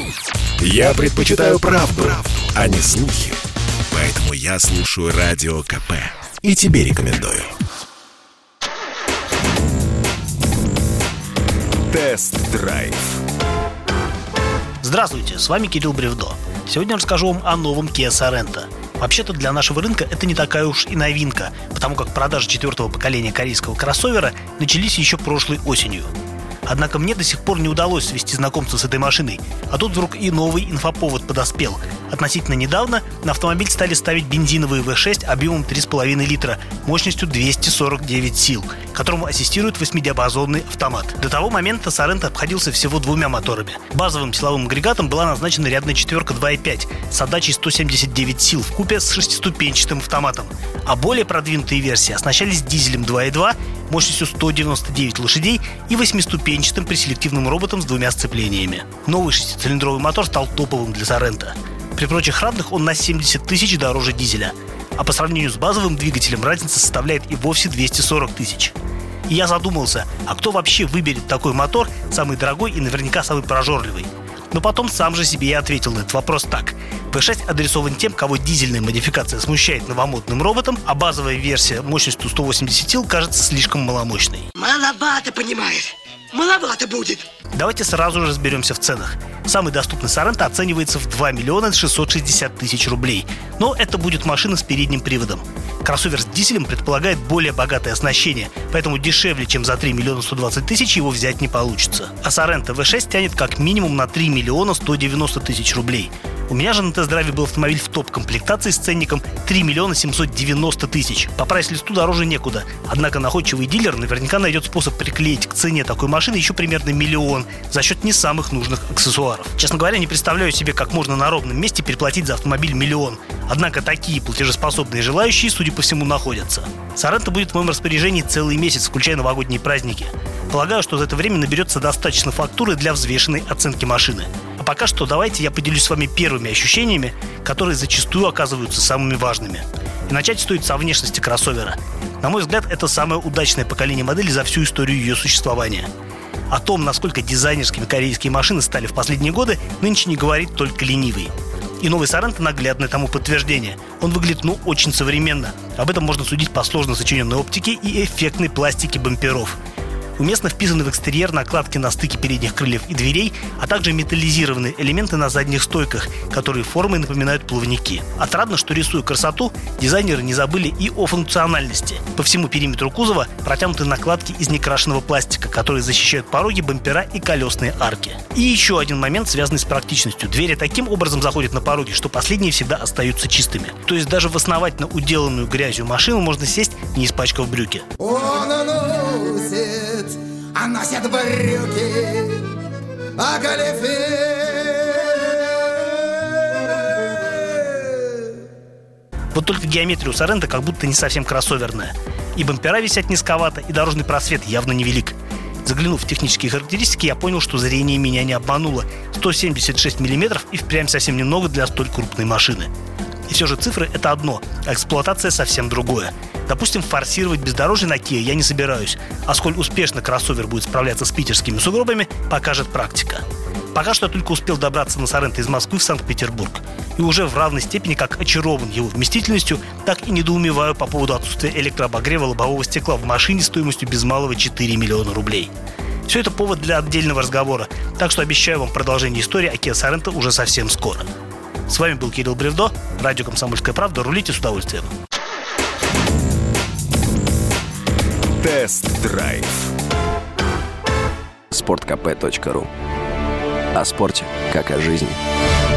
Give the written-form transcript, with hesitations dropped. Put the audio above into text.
Я предпочитаю правду, а не слухи. Поэтому я слушаю Радио КП. И тебе рекомендую. Тест-драйв. Здравствуйте, с вами Кирилл Бревдо. Сегодня я расскажу вам о новом Kia Sorento. Вообще-то для нашего рынка это не такая уж и новинка, потому как продажи 4-го поколения корейского кроссовера начались еще прошлой осенью. Однако мне до сих пор не удалось свести знакомство с этой машиной, а тут вдруг и новый инфоповод подоспел. Относительно недавно на автомобиль стали ставить бензиновый V6 объемом 3,5 литра, мощностью 249 сил, которому ассистирует 8-диапазонный автомат. До того момента Sorento обходился всего двумя моторами. Базовым силовым агрегатом была назначена рядная четверка 2.5 с отдачей 179 сил вкупе с шестиступенчатым автоматом, а более продвинутые версии оснащались дизелем 2.2 мощностью 199 лошадей и 8-ступенчатым преселективным роботом с двумя сцеплениями. Новый шестицилиндровый мотор стал топовым для Sorento. При прочих равных он на 70 тысяч дороже дизеля, а по сравнению с базовым двигателем разница составляет и вовсе 240 тысяч. И я задумался, а кто вообще выберет такой мотор, самый дорогой и наверняка самый прожорливый? Но потом сам же себе и ответил на этот вопрос так. V6 адресован тем, кого дизельная модификация смущает новомодным роботом, а базовая версия мощностью 180 сил кажется слишком маломощной. Маловато, понимаешь? Маловато будет. Давайте сразу же разберемся в ценах. Самый доступный Sorento оценивается в 2 миллиона 660 тысяч рублей. Но это будет машина с передним приводом. Кроссовер с дизелем предполагает более богатое оснащение, поэтому дешевле, чем за 3 миллиона 120 тысяч, его взять не получится. А Sorento V6 тянет как минимум на 3 миллиона 190 тысяч рублей. У меня же на тест-драйве был автомобиль в топ-комплектации с ценником 3 миллиона 790 тысяч. По прайс-листу дороже некуда. Однако находчивый дилер наверняка найдет способ приклеить к цене такой машины еще примерно миллион за счет не самых нужных аксессуаров. Честно говоря, не представляю себе, как можно на ровном месте переплатить за автомобиль миллион. Однако такие платежеспособные желающие, судя по всему, находятся. Sorento будет в моем распоряжении целый месяц, включая новогодние праздники. Полагаю, что за это время наберется достаточно фактуры для взвешенной оценки машины. А пока что давайте я поделюсь с вами первыми ощущениями, которые зачастую оказываются самыми важными. И начать стоит со внешности кроссовера. На мой взгляд, это самое удачное поколение модели за всю историю ее существования. О том, насколько дизайнерскими корейские машины стали в последние годы, нынче не говорит только ленивый. И новый Sorento наглядное тому подтверждение. Он выглядит очень современно. Об этом можно судить по сложно сочиненной оптике и эффектной пластике бамперов. Уместно вписаны в экстерьер накладки на стыке передних крыльев и дверей, а также металлизированные элементы на задних стойках, которые формой напоминают плавники. Отрадно, что, рисуя красоту, дизайнеры не забыли и о функциональности. По всему периметру кузова протянуты накладки из некрашенного пластика, которые защищают пороги, бампера и колесные арки. И еще один момент, связанный с практичностью. Двери таким образом заходят на пороги, что последние всегда остаются чистыми. То есть даже в основательно уделанную грязью машину можно сесть, не испачкав брюки. А носят брюки, а галифе. Вот только геометрия у Sorento как будто не совсем кроссоверная. И бампера висят низковато, и дорожный просвет явно невелик. Заглянув в технические характеристики, я понял, что зрение меня не обмануло. 176 мм и впрямь совсем немного для столь крупной машины. И все же цифры – это одно, а эксплуатация совсем другое. Допустим, форсировать бездорожье на Kia я не собираюсь, а сколь успешно кроссовер будет справляться с питерскими сугробами, покажет практика. Пока что я только успел добраться на Sorento из Москвы в Санкт-Петербург. И уже в равной степени как очарован его вместительностью, так и недоумеваю по поводу отсутствия электрообогрева лобового стекла в машине стоимостью без малого 4 миллиона рублей. Все это повод для отдельного разговора, так что обещаю вам продолжение истории о Kia Sorento уже совсем скоро. С вами был Кирилл Бревдо, радио «Комсомольская правда». Рулите с удовольствием. Тест-драйв. Sportkp.ru. О спорте, как о жизни.